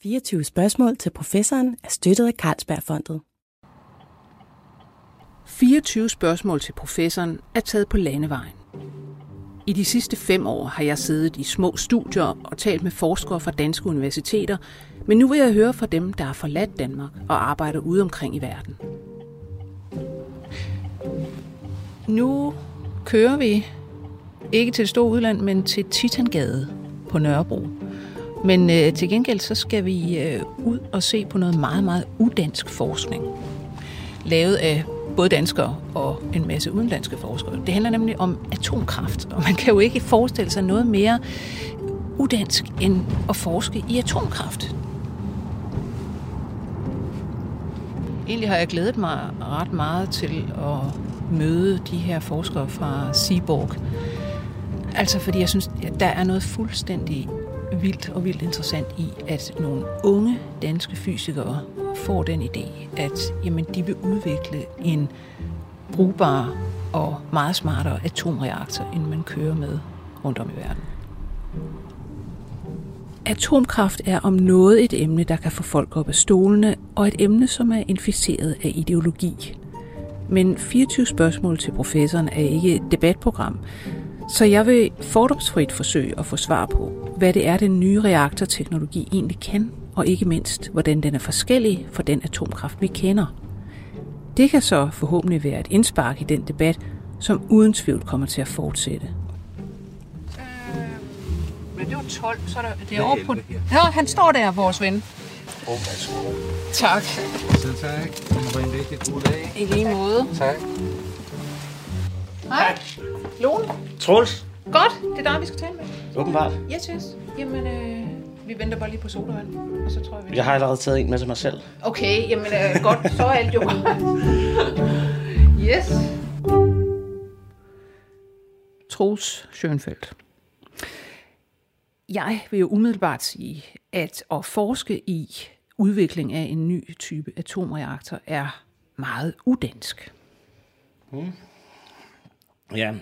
24 spørgsmål til professoren er støttet af Carlsbergfondet. 24 spørgsmål til professoren er taget på landevejen. I de sidste 5 år har jeg siddet i små studier og talt med forskere fra danske universiteter, men nu vil jeg høre fra dem, der har forladt Danmark og arbejder ude omkring i verden. Nu kører vi ikke til det store udland, men til Titangade på Nørrebro. Men til gengæld så skal vi ud og se på noget meget, meget udansk forskning. Lavet af både danskere og en masse udenlandske forskere. Det handler nemlig om atomkraft, og man kan jo ikke forestille sig noget mere udansk end at forske i atomkraft. Egentlig har jeg glædet mig ret meget til at møde de her forskere fra Seaborg. Altså fordi jeg synes, at der er noget fuldstændig vildt interessant i, at nogle unge danske fysikere får den idé, at jamen, de vil udvikle en brugbar og meget smartere atomreaktor, end man kører med rundt om i verden. Atomkraft er om noget et emne, der kan få folk op af stolene, og et emne, som er inficeret af ideologi. Men 24 spørgsmål til professoren er ikke et debatprogram, så jeg vil fordomsfrit forsøge at få svar på, hvad det er, den nye reaktorteknologi egentlig kan, og ikke mindst, hvordan den er forskellig fra den atomkraft, vi kender. Det kan så forhåbentlig være et indspark i den debat, som uden tvivl kommer til at fortsætte. Men det var 12, så er det er over på... Ja, han står der, vores ven. Tak. Selv tak. Det var en rigtig god dag. I lige måde. Tak. Hej. Lone. Troels. Godt, det er dig, vi skal tale med. Åbenbart. Yes. Jamen, vi venter bare lige på sodavand, og så tror jeg, Jeg har allerede taget en med til mig selv. Okay, jamen godt, så er alt jo godt. Yes. Troels Schönfeldt. Jeg vil jo umiddelbart sige, at at forske i udvikling af en ny type atomreaktor er meget udansk. Ja,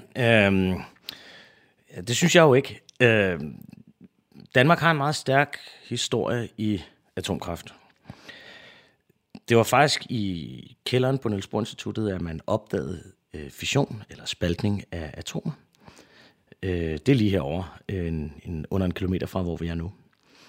det synes jeg jo ikke. Danmark har en meget stærk historie i atomkraft. Det var faktisk i kælderen på Niels Bohr Instituttet, at man opdagede fission eller spaltning af atomer. Det er lige herovre, under en kilometer fra, hvor vi er nu.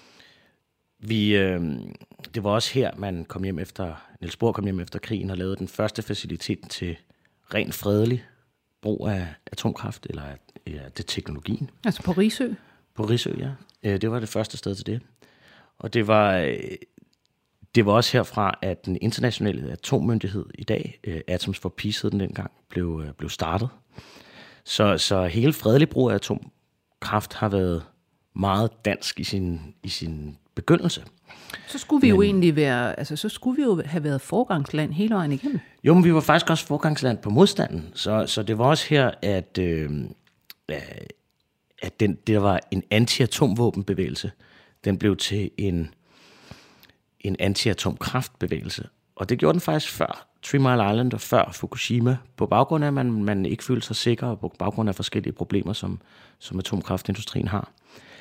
Det var også her, man kom hjem efter, Niels Bohr kom hjem efter krigen og lavede den første facilitet til rent fredelig brug af atomkraft, eller det teknologien. Altså på Risø? På Risø, ja. Det var det første sted til det. Og det var også herfra, at den internationale atommyndighed i dag, Atoms for Peace hed den dengang, blev startet. Så hele fredelig brug af atomkraft har været meget dansk i sin begyndelse. Så skulle vi jo egentlig være, altså så skulle vi jo have været forgangsland hele vejen igennem. Jo, men vi var faktisk også forgangsland på modstanden. Så det var også her, at der var en anti-atomvåbenbevægelse. Den blev til en anti-atomkraftbevægelse. Og det gjorde den faktisk før 3 Mile Island og før Fukushima, på baggrund af, at man ikke følte sig sikker, og på baggrund af forskellige problemer, som atomkraftindustrien har.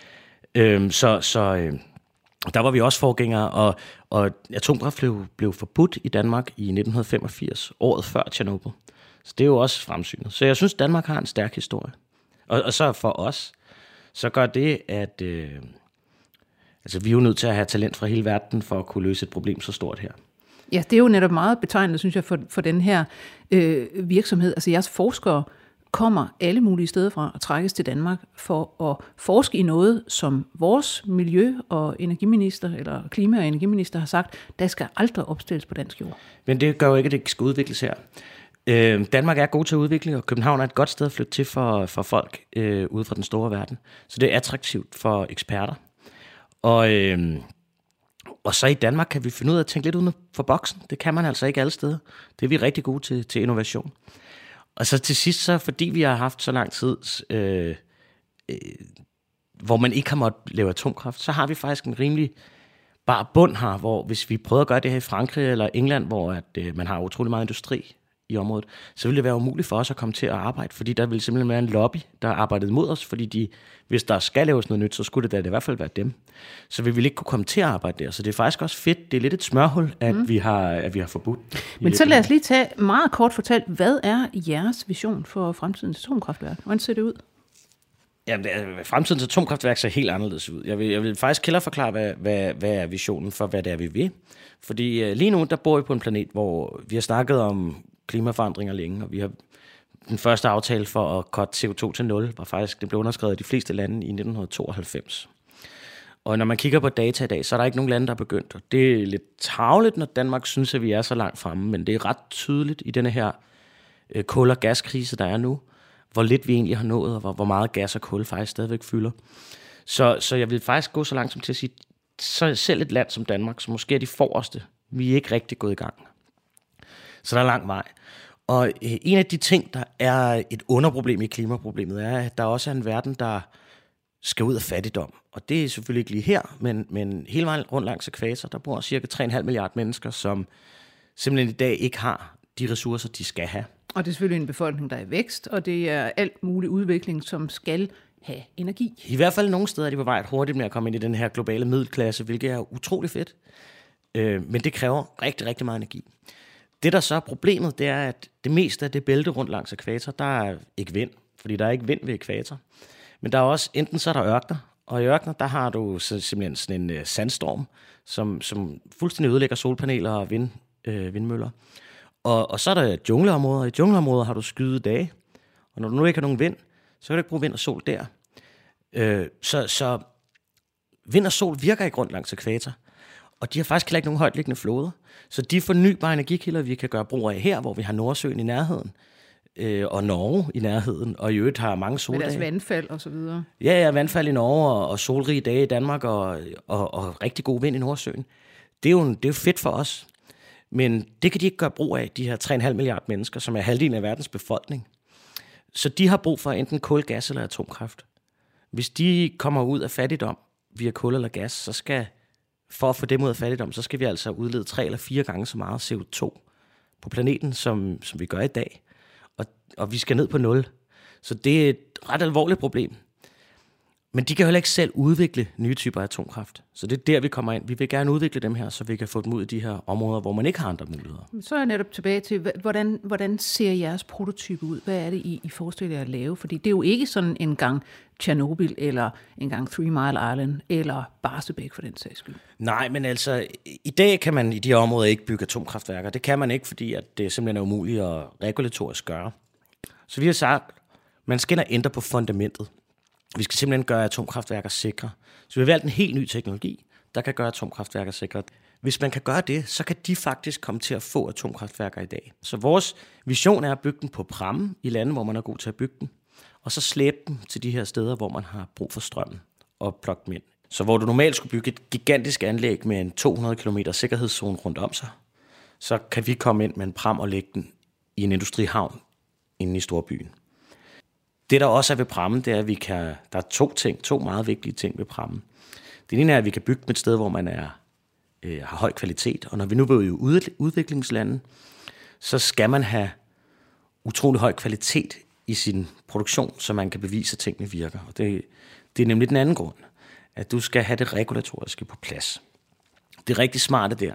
Der var vi også forgængere, og atomkraft blev forbudt i Danmark i 1985, året før Tjernobyl. Så det er jo også fremsynet. Så jeg synes, Danmark har en stærk historie. Og så for os, så gør det, at vi er jo nødt til at have talent fra hele verden for at kunne løse et problem så stort her. Ja, det er jo netop meget betegnende, synes jeg, for den her virksomhed. Altså jeres forskere kommer alle mulige steder fra og trækkes til Danmark for at forske i noget, som vores miljø- og energiminister, eller klima- og energiminister har sagt, der skal aldrig opstilles på dansk jord. Men det gør jo ikke, at det skal udvikles her. Danmark er god til at udvikle, og København er et godt sted at flytte til for folk ude fra den store verden. Så det er attraktivt for eksperter. Og så i Danmark kan vi finde ud af at tænke lidt uden for boksen. Det kan man altså ikke alle steder. Det er vi rigtig gode til innovation. Og så til sidst, så fordi vi har haft så lang tid, hvor man ikke har måttet lave atomkraft, så har vi faktisk en rimelig bar bund her, hvor hvis vi prøver at gøre det her i Frankrig eller England, hvor man har utrolig meget industri i området, så ville det være umuligt for os at komme til at arbejde, fordi der ville simpelthen være en lobby, der arbejdede mod os, fordi hvis der skal laves noget nyt, så skulle det da i hvert fald være dem. Så vi ville ikke kunne komme til at arbejde der. Så det er faktisk også fedt. Det er lidt et smørhul, at vi har forbudt. Men så lad os lige tage meget kort fortalt, hvad er jeres vision for fremtidens atomkraftværk? Hvordan ser det ud? Jamen, fremtidens atomkraftværk ser helt anderledes ud. Jeg vil faktisk hellere forklare, hvad er visionen for, hvad det er, vi vil. Fordi lige nu, der bor vi på en planet, hvor vi har snakket om klimaforandringer længe, og vi har den første aftale for at cutte CO2 til 0, var faktisk, det blev underskrevet af de fleste lande i 1992. Og når man kigger på data i dag, så er der ikke nogen lande, der er begyndt. Og det er lidt tarveligt, når Danmark synes, at vi er så langt fremme, men det er ret tydeligt i denne her kul- og gaskrise, der er nu, hvor lidt vi egentlig har nået, og hvor meget gas og kul faktisk stadigvæk fylder. Så jeg vil faktisk gå så langt som til at sige, så selv et land som Danmark, som måske er de forreste, vi er ikke rigtig gået i gang. Så der er lang vej. Og en af de ting, der er et underproblem i klimaproblemet, er, at der også er en verden, der skal ud af fattigdom. Og det er selvfølgelig ikke lige her, men hele vejen rundt langs ækvator, der bor cirka 3,5 milliarder mennesker, som simpelthen i dag ikke har de ressourcer, de skal have. Og det er selvfølgelig en befolkning, der er i vækst, og det er alt mulig udvikling, som skal have energi. I hvert fald nogle steder er de på vej hurtigt med at komme ind i den her globale middelklasse, hvilket er utrolig fedt. Men det kræver rigtig, rigtig meget energi. Det, der så er problemet, det er, at det meste af det bælte rundt langs ækvator, der er ikke vind, fordi der er ikke vind ved ækvator. Men der er også, enten så er der ørkener, og i ørkener, der har du simpelthen sådan en sandstorm, som fuldstændig ødelægger solpaneler og vindmøller. Og så er der jungleområder. I jungleområder har du skyde dage, og når du nu ikke har nogen vind, så kan du ikke bruge vind og sol der. Så vind og sol virker ikke rundt langs ækvator, og de har faktisk heller ikke nogen højtliggende floder. Så de fornybare energikilder, vi kan gøre brug af her, hvor vi har Nordsøen i nærheden, og Norge i nærheden, og i øvrigt har mange soldage. Med deres vandfald og så videre. Ja, vandfald i Norge, og solrige dage i Danmark, og rigtig god vind i Nordsøen. Det er jo fedt for os. Men det kan de ikke gøre brug af, de her 3,5 milliarder mennesker, som er halvdelen af verdens befolkning. Så de har brug for enten kul, gas eller atomkraft. Hvis de kommer ud af fattigdom via kul eller gas, så for at få dem ud af fattigdom, så skal vi altså udlede 3 eller 4 gange så meget CO2 på planeten, som vi gør i dag. Og vi skal ned på 0. Så det er et ret alvorligt problem. Men de kan heller ikke selv udvikle nye typer af atomkraft. Så det er der, vi kommer ind. Vi vil gerne udvikle dem her, så vi kan få dem ud i de her områder, hvor man ikke har andre muligheder. Så er jeg netop tilbage til, hvordan ser jeres prototype ud? Hvad er det, I forestiller jer at lave? Fordi det er jo ikke sådan en gang Tjernobyl, eller en gang 3 Mile Island, eller Barsebäck for den sags skyld. Nej, men altså, i dag kan man i de her områder ikke bygge atomkraftværker. Det kan man ikke, fordi at det simpelthen er umuligt at regulatorisk gøre. Så vi har sagt, man skal ind og ændre på fundamentet. Vi skal simpelthen gøre atomkraftværker sikre. Så vi har valgt en helt ny teknologi, der kan gøre atomkraftværker sikre. Hvis man kan gøre det, så kan de faktisk komme til at få atomkraftværker i dag. Så vores vision er at bygge dem på pramme i lande, hvor man er god til at bygge dem, og så slæbe dem til de her steder, hvor man har brug for strømmen og plukke dem ind. Så hvor du normalt skulle bygge et gigantisk anlæg med en 200 km sikkerhedszone rundt om sig, så kan vi komme ind med en pram og lægge den i en industrihavn inde i storbyen. Det, der også er ved prammen, det er, at der er to meget vigtige ting ved prammen. Det ene er, at vi kan bygge med et sted, hvor man har høj kvalitet, og når vi nu vil i udviklingslande, så skal man have utrolig høj kvalitet i sin produktion, så man kan bevise, at tingene virker. Og det er nemlig den anden grund, at du skal have det regulatoriske på plads. Det rigtig smarte der,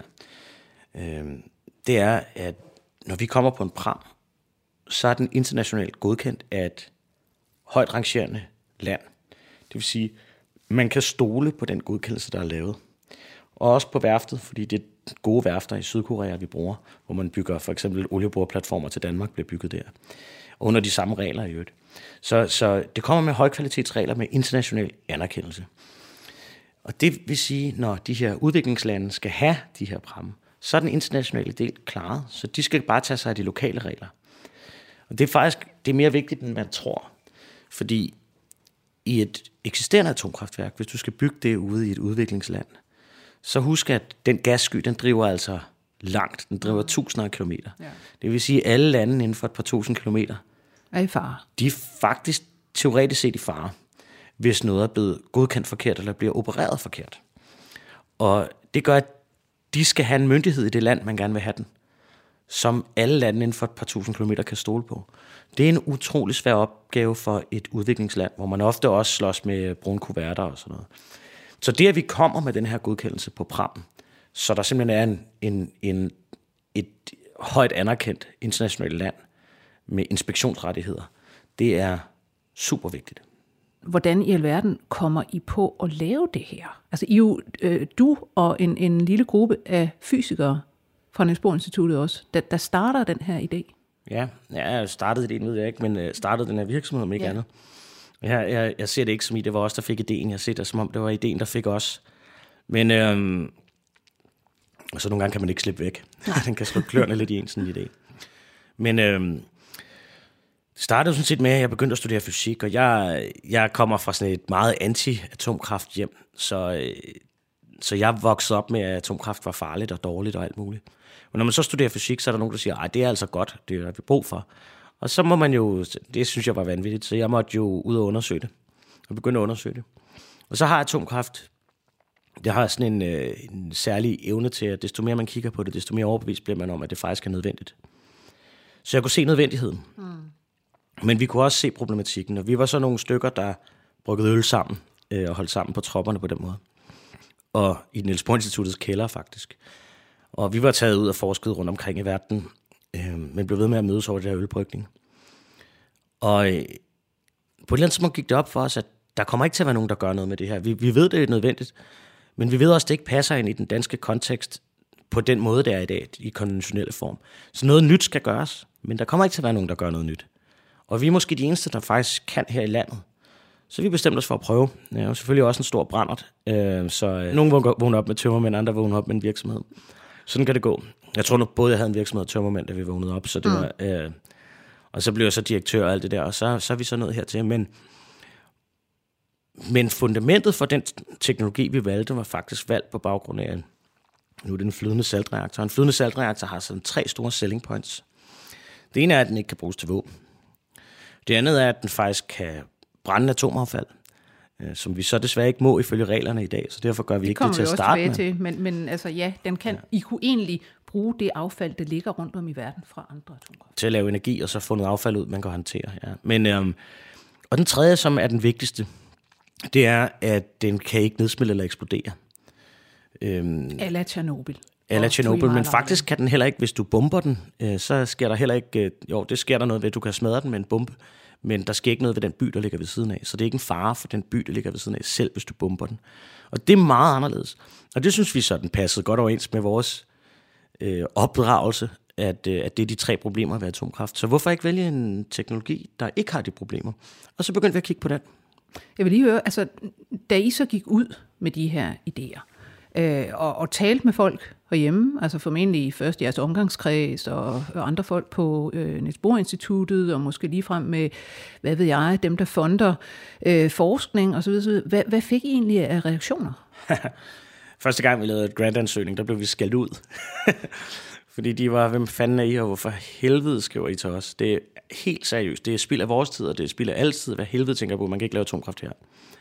det er, at når vi kommer på en pram, så er den internationalt godkendt af et højt rangerende land. Det vil sige, man kan stole på den godkendelse, der er lavet. Og også på værftet, fordi det er gode værfter i Sydkorea, vi bruger, hvor man bygger for eksempel olieboreplatformer til Danmark, bliver bygget der. Under de samme regler i øvrigt. Så det kommer med højkvalitetsregler med international anerkendelse. Og det vil sige, når de her udviklingslande skal have de her pramme, så er den internationale del klaret, så de skal bare tage sig af de lokale regler. Og det er mere vigtigt, end man tror. Fordi i et eksisterende atomkraftværk, hvis du skal bygge det ude i et udviklingsland, så husk, at den gassky, den driver altså langt. Den driver tusinder af kilometer. Ja. Det vil sige, at alle lande inden for et par tusind kilometer er i fare. De er faktisk teoretisk set i fare, hvis noget er blevet godkendt forkert, eller bliver opereret forkert. Og det gør, at de skal have en myndighed i det land, man gerne vil have den. som alle lande inden for et par tusind kilometer kan stole på. Det er en utrolig svær opgave for et udviklingsland, hvor man ofte også slås med brune kuverter og sådan noget. Så det, at vi kommer med den her godkendelse på prammen, så der simpelthen er et højt anerkendt internationalt land med inspektionsrettigheder, det er super vigtigt. Hvordan i alverden kommer I på at lave det her? Altså I jo, du og en lille gruppe af fysikere fra Niels Bohr Instituttet også, der starter den her idé. Ja, jeg startede idéen, ved jeg ikke, men startede den her virksomhed, om ikke andet. Jeg ser det ikke som det var os, der fik idéen. Jeg ser det som om, det var idéen, der fik os. Men så nogle gange kan man ikke slippe væk. Den kan slå kløerne lidt i en sådan idé. Men det startede sådan set med, at jeg begyndte at studere fysik, og jeg kommer fra sådan et meget anti-atomkraft hjem, så jeg voksede op med, at atomkraft var farligt og dårligt og alt muligt. Men når man så studerer fysik, så er der nogen, der siger, at det er altså godt, det er vi brug for. Og så må man jo, det synes jeg var vanvittigt, så jeg måtte jo ud og undersøge det, og begynde at undersøge det. Og så har atomkraft, det har sådan en særlig evne til, at desto mere man kigger på det, desto mere overbevist bliver man om, at det faktisk er nødvendigt. Så jeg kunne se nødvendigheden. Men vi kunne også se problematikken, og vi var så nogle stykker, der bryggede øl sammen og holdt sammen på tropperne på den måde. Og i Niels Bohr Instituttets kælder faktisk. Og vi var taget ud og forsket rundt omkring i verden, men blev ved med at mødes over det her ølbrygning. Og på et eller andet tidspunkt gik det op for os, at der kommer ikke til at være nogen, der gør noget med det her. Vi ved, det er nødvendigt, men vi ved også, at det ikke passer ind i den danske kontekst på den måde, det er i dag, i konventionelle form. Så noget nyt skal gøres, men der kommer ikke til at være nogen, der gør noget nyt. Og vi er måske de eneste, der faktisk kan her i landet. Så vi bestemte os for at prøve. Det er jo selvfølgelig også en stor brændert. Så nogen vågner op med tømmermænd, andre vågner op med en virksomhed. Sådan kan det gå. Jeg tror nu både, jeg havde en virksomhed og tømmermænd, da vi vågnede op. Så det var, og så blev jeg så direktør og alt det der, og så er vi så nået hertil. Men fundamentet for den teknologi, vi valgte, var faktisk valgt på baggrund af, nu er det en flydende saltreaktor. En flydende saltreaktor har sådan 3 store selling points. Det ene er, at den ikke kan bruges til våben. Det andet er, at den faktisk kan brænde atomaffald, som vi så desværre ikke må ifølge reglerne i dag, så derfor gør vi ikke det til at starte med. Det kommer vi også tilbage til, men altså ja, den kan, I kunne egentlig bruge det affald, der ligger rundt om i verden fra andre atomkraftværker. Til at lave energi, og så få noget affald ud, man kan håndtere. Ja. Men, og den tredje, som er den vigtigste, det er, at den kan ikke nedsmelte eller eksplodere. Eller Tjernobyl. Eller Tjernobyl, men faktisk kan den heller ikke, hvis du bomber den, så sker der heller ikke, det sker der noget ved, at du kan smadre den med en bombe, men der sker ikke noget ved den by, der ligger ved siden af. Så det er ikke en fare for den by, der ligger ved siden af, selv hvis du bomber den. Og det er meget anderledes. Og det synes vi så, den passede godt overens med vores opdragelse, at det er de 3 problemer ved atomkraft. Så hvorfor ikke vælge en teknologi, der ikke har de problemer? Og så begyndte vi at kigge på den. Jeg vil lige høre, altså, da I så gik ud med de her idéer, og talte med folk herhjemme, altså formentlig først jeres omgangskreds og andre folk på Niels Bohr Instituttet, og måske ligefrem med, hvad ved jeg, dem der fonder forskning osv. Hvad fik I egentlig af reaktioner? Første gang vi lavede et grantansøgning, der blev vi skældt ud. Fordi de var, hvem fanden er I, og hvorfor helvede skriver I til os? Det er helt seriøst. Det er spild af vores tid, og det er spild af alles tid. Hvad helvede tænker på, man kan ikke lave atomkraft her.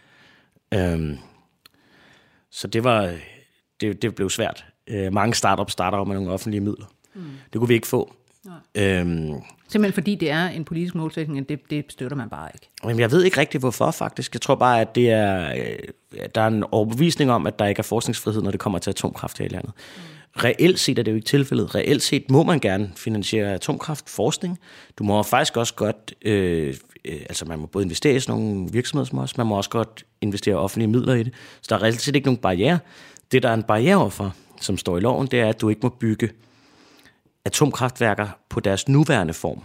Så det blev svært. Mange startups starter med nogle offentlige midler. Det kunne vi ikke få. Simpelthen fordi det er en politisk målsætning, det støtter man bare ikke. Jamen, jeg ved ikke rigtig hvorfor faktisk. Jeg tror bare, at der er en overbevisning om, at der ikke er forskningsfrihed, når det kommer til atomkraft her i landet. Reelt set er det jo ikke tilfældet. Reelt set må man gerne finansiere atomkraftforskning. Du må faktisk også godt, altså man må både investere i sådan nogle virksomheder som os, man må også godt investere offentlige midler i det. Så der er reelt set ikke nogen barriere. Det, der er en barriere for, som står i loven, det er, at du ikke må bygge atomkraftværker på deres nuværende form.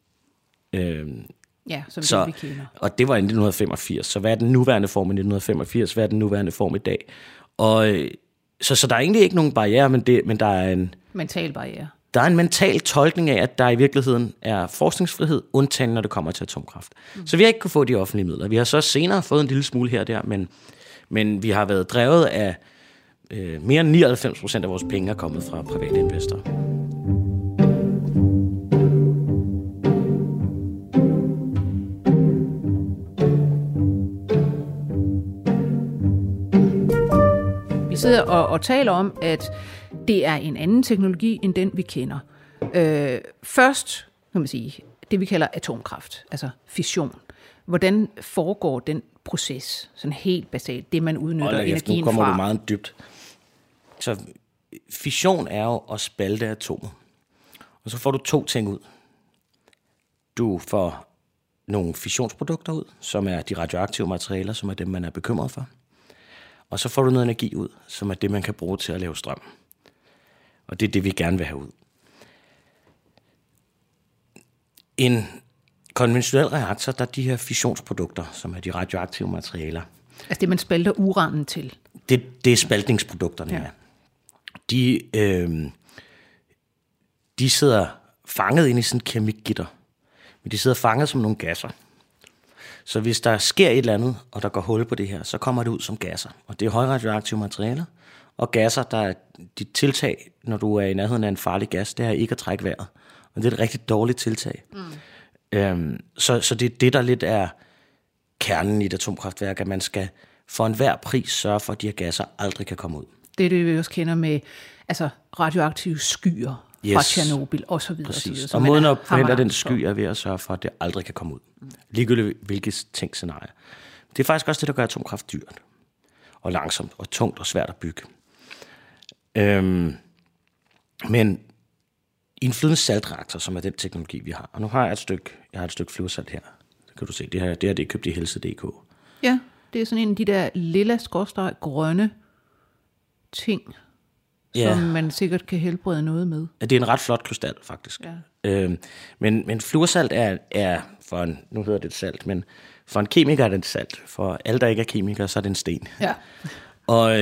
Ja, som det vi kender. Og det var i 1985. Så hvad er den nuværende form i 1985? Hvad er den nuværende form i dag? Og så der er egentlig ikke nogen barriere, men der er en mental barriere. Der er en mental tolkning af, at der i virkeligheden er forskningsfrihed, undtagen når det kommer til atomkraft. Så vi har ikke kunnet få de offentlige midler. Vi har så senere fået en lille smule her og der, men vi har været drevet af mere end 99% af vores penge er kommet fra private investorer. Vi sidder og taler om, at det er en anden teknologi end den, vi kender. Først, kan man sige, det vi kalder atomkraft, altså fission. Hvordan foregår den proces, sådan helt basalt, det man udnytter energien fra? Nu kommer du meget dybt. Så fission er jo at spalte atomet. Og så får du 2 ting ud. Du får nogle fissionsprodukter ud, som er de radioaktive materialer, som er dem, man er bekymret for. Og så får du noget energi ud, som er det, man kan bruge til at lave strøm. Og det er det, vi gerne vil have ud. En konventionel reaktor, der er de her fissionsprodukter, som er de radioaktive materialer. Altså det, man spalter uranen til? Det er spaltningsprodukterne, ja. De sidder fanget inde i sådan en kemikgitter. Men de sidder fanget som nogle gasser. Så hvis der sker et eller andet, og der går hul på det her, så kommer det ud som gasser. Og det er højradioaktive materialer. Og gasser, der er dit tiltag, når du er i nærheden af en farlig gas, det er ikke at trække vejret. Og det er et rigtig dårligt tiltag. Så det er det, der lidt er kernen i et atomkraftværk, at man skal for enhver pris sørge for, at de her gasser aldrig kan komme ud. Det er det, vi også kender med altså radioaktive skyer fra Tjernobyl og så videre. Præcis. Og måden at forhindre den sky er ved at sørge for, at det aldrig kan komme ud. Ligegyldigt hvilket tænkscenarie. Det er faktisk også det, der gør atomkraft dyrt. Og langsomt, og tungt og svært at bygge. Men i en flydende saltreaktor, som er den teknologi, vi har. Og nu har jeg et stykke fluorsalt her. Det kan du se. Det her det er købt i Helse.dk. Ja, det er sådan en af de der lilla grønne ting, som man sikkert kan helbrede noget med. Ja, det er en ret flot krystal, faktisk. Ja. Men fluorsalt er for en, nu hedder det et salt, men for en kemiker er det et salt. For alle, der ikke er kemikere, så er det en sten. Ja. Og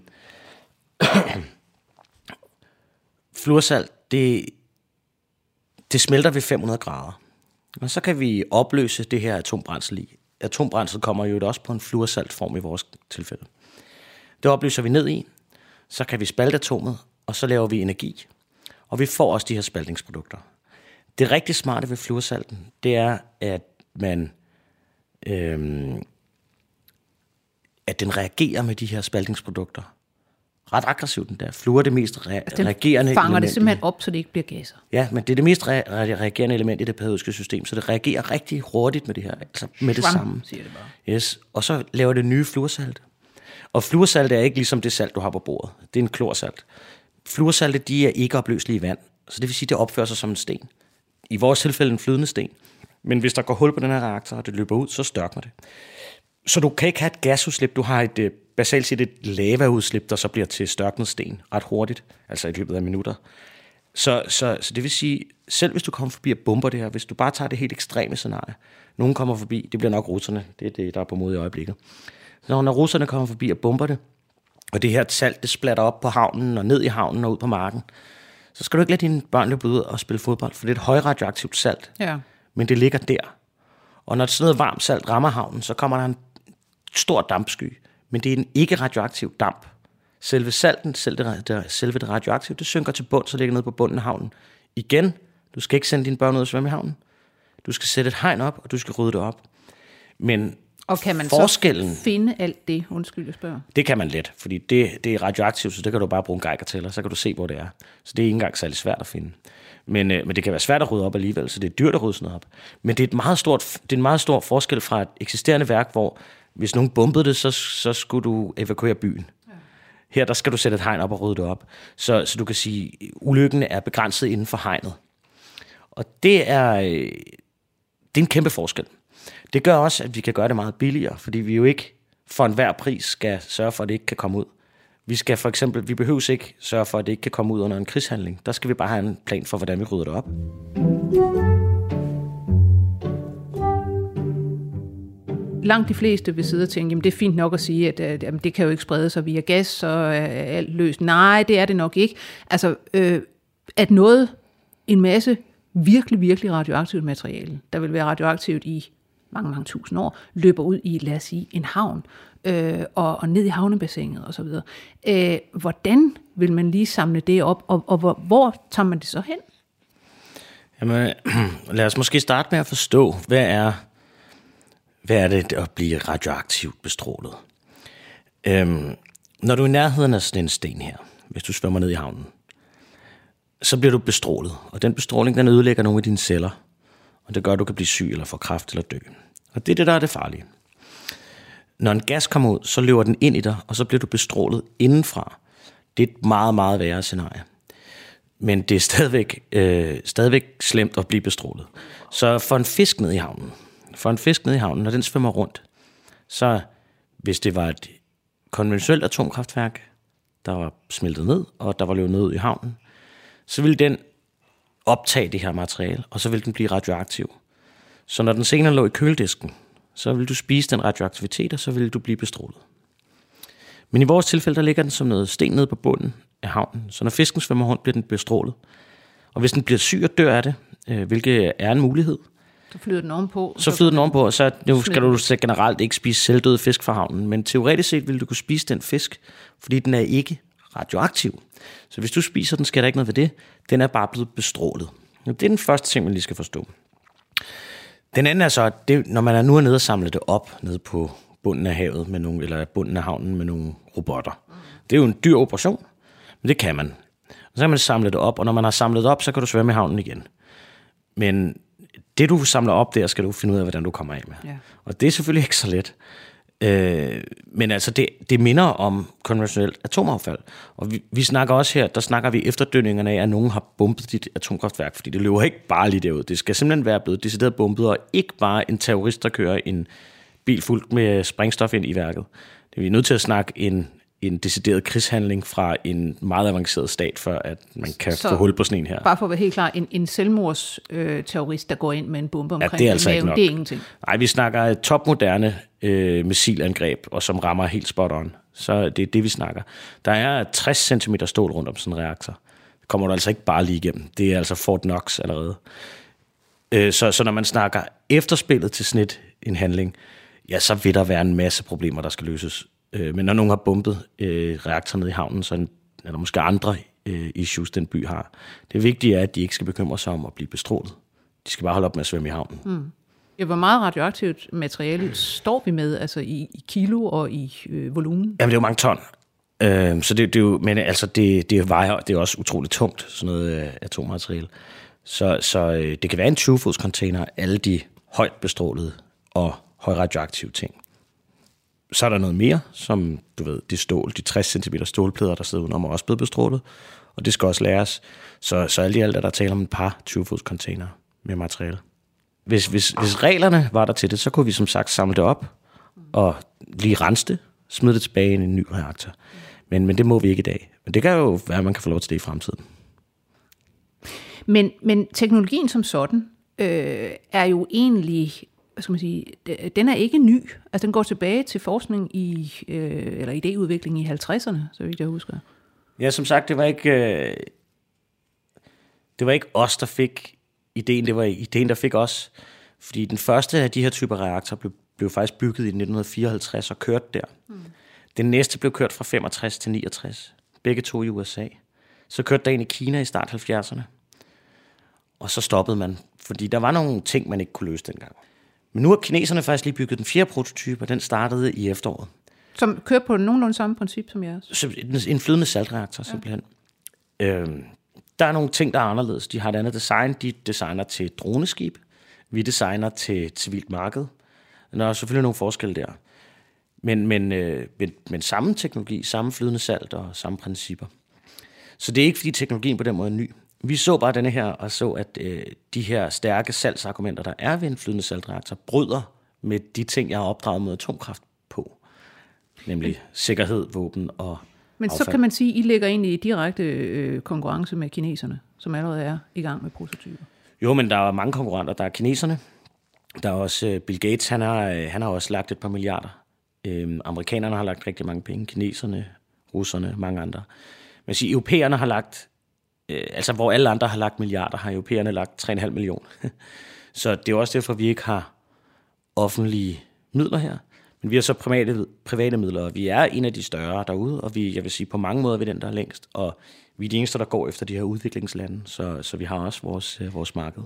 fluorsalt, det smelter ved 500 grader. Og så kan vi opløse det her atombrændsel i. Atombrændsel kommer jo også på en fluorsaltform i vores tilfælde. Det opløser vi ned i. Så kan vi spalte atomet, og så laver vi energi. Og vi får også de her spaltningsprodukter. Det rigtig smarte ved fluorsalten, det er, at man at den reagerer med de her spaltningsprodukter. Ret aggressivt den der. Fluor er det mest reagerende fanger element. Det simpelthen op, så det ikke bliver gasser. Ja, men det er det mest reagerende element i det periodiske system, så det reagerer rigtig hurtigt med det her, altså med det samme. Siger det bare. Yes. Og så laver det nye fluorsalt. Og fluorsalt er ikke ligesom det salt, du har på bordet. Det er en klorsalt. Fluorsalte, de er ikke opløselige i vand, så det vil sige, det opfører sig som en sten. I vores tilfælde en flydende sten. Men hvis der går hul på den her reaktor, og det løber ud, så størkner det. Så du kan ikke have et gasudslip, du har et basalt set et lavaudslip, der så bliver til størknet sten ret hurtigt, altså i løbet af minutter. Så det vil sige, selv hvis du kommer forbi og bomber det her, hvis du bare tager det helt ekstreme scenarie, nogen kommer forbi, det bliver nok russerne, det er det, der er på mod i øjeblikket. Så når russerne kommer forbi og bomber det, og det her salt, det splatter op på havnen og ned i havnen og ud på marken, så skal du ikke lade dine børn løbe ud og spille fodbold, for det er et højradioaktivt salt, men det ligger der. Og når sådan noget varmt salt rammer havnen, så kommer der en stor dampsky, men det er en ikke-radioaktiv damp. Selve salten, selve det radioaktive, det synker til bund, så ligger nede på bunden af havnen. Igen, du skal ikke sende dine børn ud og svømme i havnen. Du skal sætte et hegn op, og du skal rydde det op. Men og kan man forskellen, så finde alt det? Undskyld, jeg spørger. Det kan man let, fordi det er radioaktivt, så det kan du bare bruge en geigertæller, så kan du se, hvor det er. Så det er ikke engang særlig svært at finde. Men det kan være svært at rydde op alligevel, så det er dyrt at rydde sådan noget op. Men det er en meget stor forskel fra et eksisterende værk, hvor hvis nogen bombede det, så skulle du evakuere byen. Ja. Her der skal du sætte et hegn op og rydde det op. Så du kan sige, at ulykken er begrænset inden for hegnet. Og det er en kæmpe forskel. Det gør også, at vi kan gøre det meget billigere, fordi vi jo ikke for enhver pris skal sørge for, at det ikke kan komme ud. Vi behøver ikke sørge for, at det ikke kan komme ud under en krigshandling. Der skal vi bare have en plan for, hvordan vi rydder det op. Langt de fleste vil sidde og tænke, jamen det er fint nok at sige, at det kan jo ikke sprede sig via gas, så er alt løst. Nej, det er det nok ikke. Altså, at en masse virkelig, virkelig radioaktivt materiale, der vil være radioaktivt i mange, mange tusind år, løber ud i, lad os sige, en havn, og ned i havnebassinet og så videre. Hvordan vil man lige samle det op, og hvor tager man det så hen? Jamen, lad os måske starte med at forstå, hvad er det at blive radioaktivt bestrålet? Når du er i nærheden af sådan en sten her, hvis du svømmer ned i havnen, så bliver du bestrålet. Og den bestråling, den ødelægger nogle af dine celler. Og det gør, at du kan blive syg eller få kræft eller dø. Og det er det, der er det farlige. Når en gas kommer ud, så løber den ind i dig, og så bliver du bestrålet indenfra. Det er et meget, meget værre scenarie. Men det er stadigvæk slemt at blive bestrålet. Så for en fisk ned i havnen, når den svømmer rundt, så hvis det var et konventionelt atomkraftværk, der var smeltet ned, og der var løbet ned ud i havnen, så ville den optage det her materiale, og så ville den blive radioaktiv. Så når den senere lå i køledisken, så ville du spise den radioaktivitet, og så ville du blive bestrålet. Men i vores tilfælde, der ligger den som noget sten nede på bunden af havnen. Så når fisken svømmer rundt, bliver den bestrålet. Og hvis den bliver syg og dør af det, hvilket er en mulighed, så flyder den ovenpå. Og så nu skal du generelt ikke spise selvdøde fisk fra havnen. Men teoretisk set vil du kunne spise den fisk, fordi den er ikke radioaktiv. Så hvis du spiser den, sker der ikke noget ved det. Den er bare blevet bestrålet. Det er den første ting, man lige skal forstå. Den anden er så, at når man nu er nede og samlet det op, nede på bunden af havet, med nogle, eller bunden af havnen med nogle robotter. Det er jo en dyr operation, men det kan man. Og så kan man samle det op, og når man har samlet det op, så kan du svømme i havnen igen. Men det, du samler op der, skal du finde ud af, hvordan du kommer af med. Ja. Og det er selvfølgelig ikke så let. Men altså, det minder om konventionelt atomaffald. Og vi snakker også her, der snakker vi efterdønningerne af, at nogen har bombet dit atomkraftværk, fordi det løber ikke bare lige derud. Det skal simpelthen være blevet decideret bombet, og ikke bare en terrorist, der kører en bil fuldt med sprængstof ind i værket. Det er vi nødt til at snakke en decideret krigshandling fra en meget avanceret stat, for at man kan få hul på sådan en her. Bare for at være helt klar, en selvmordsterrorist, der går ind med en bombe omkring det er altså maven, det er ingenting. Nej, vi snakker topmoderne missilangreb, og som rammer helt spot on. Så det er det, vi snakker. Der er 60 cm stål rundt om sådan en reaktor. Det kommer du altså ikke bare lige igennem. Det er altså Fort Knox allerede. Så når man snakker efterspillet til sådan en handling, ja, så vil der være en masse problemer, der skal løses. Men når nogen har bombet reaktoren ned i havnen, så er der måske andre issues, den by har. Det vigtige er, at de ikke skal bekymre sig om at blive bestrålet. De skal bare holde op med at svømme i havnen. Mm. Ja, hvor meget radioaktivt materiale står vi med, altså i kilo og i volumen? Jamen, det er jo mange ton. Så det er jo, men altså, det vejer, det er også utroligt tungt, sådan noget atommateriale. Så det kan være en 20-fods container, alle de højt bestrålede og højradioaktive ting. Så er der noget mere, som du ved, de 60 cm stålplader, der sidder udenom, er også blevet bestrålet, og det skal også læres. Så alt i alt er der tale om et par 20-fods container med materiale. Hvis reglerne var der til det, så kunne vi som sagt samle det op og lige rense det, smide det tilbage i en ny reaktor. Men det må vi ikke i dag. Men det kan jo være, at man kan få lov til det i fremtiden. Men teknologien som sådan er jo egentlig, hvad skal man sige, den er ikke ny. Altså den går tilbage til forskning eller idéudvikling i 50'erne, så vidt jeg husker. Ja, som sagt, det var ikke os, der fik ideen, det var ideen, der fik os. Fordi den første af de her typer reaktorer blev faktisk bygget i 1954 og kørt der. Mm. Den næste blev kørt fra 65 til 69. Begge to i USA. Så kørte der en i Kina i start 70'erne. Og så stoppede man, fordi der var nogle ting, man ikke kunne løse dengang. Men nu har kineserne faktisk lige bygget den 4. prototype, og den startede i efteråret. Som kører på nogenlunde samme princip som jeres? En flydende saltreaktor, simpelthen. Ja. Der er nogle ting, der er anderledes. De har et andet design. De designer til droneskib. Vi designer til et civilt marked. Der er selvfølgelig nogle forskelle der. Men samme teknologi, samme flydende salt og samme principper. Så det er ikke, fordi teknologien på den måde er ny. Vi så bare denne her, og så, at de her stærke salgsargumenter, der er ved en flydende saltreaktor, bryder med de ting, jeg har opdraget med atomkraft på. Nemlig sikkerhed, våben og men affald. Så kan man sige, at I ligger ind i direkte konkurrence med kineserne, som allerede er i gang med prototyper. Jo, men der er mange konkurrenter. Der er kineserne. Der er også Bill Gates, han har også lagt et par milliarder. Amerikanerne har lagt rigtig mange penge. Kineserne, russerne, mange andre. Men sige, europæerne har lagt, altså hvor alle andre har lagt milliarder, har europæerne lagt 3,5 millioner. Så det er også derfor, vi ikke har offentlige midler her. Men vi har så private midler, og vi er en af de større derude, og jeg vil sige, på mange måder er vi den, der er længst. Og vi er de eneste, der går efter de her udviklingslande, så vi har også vores marked.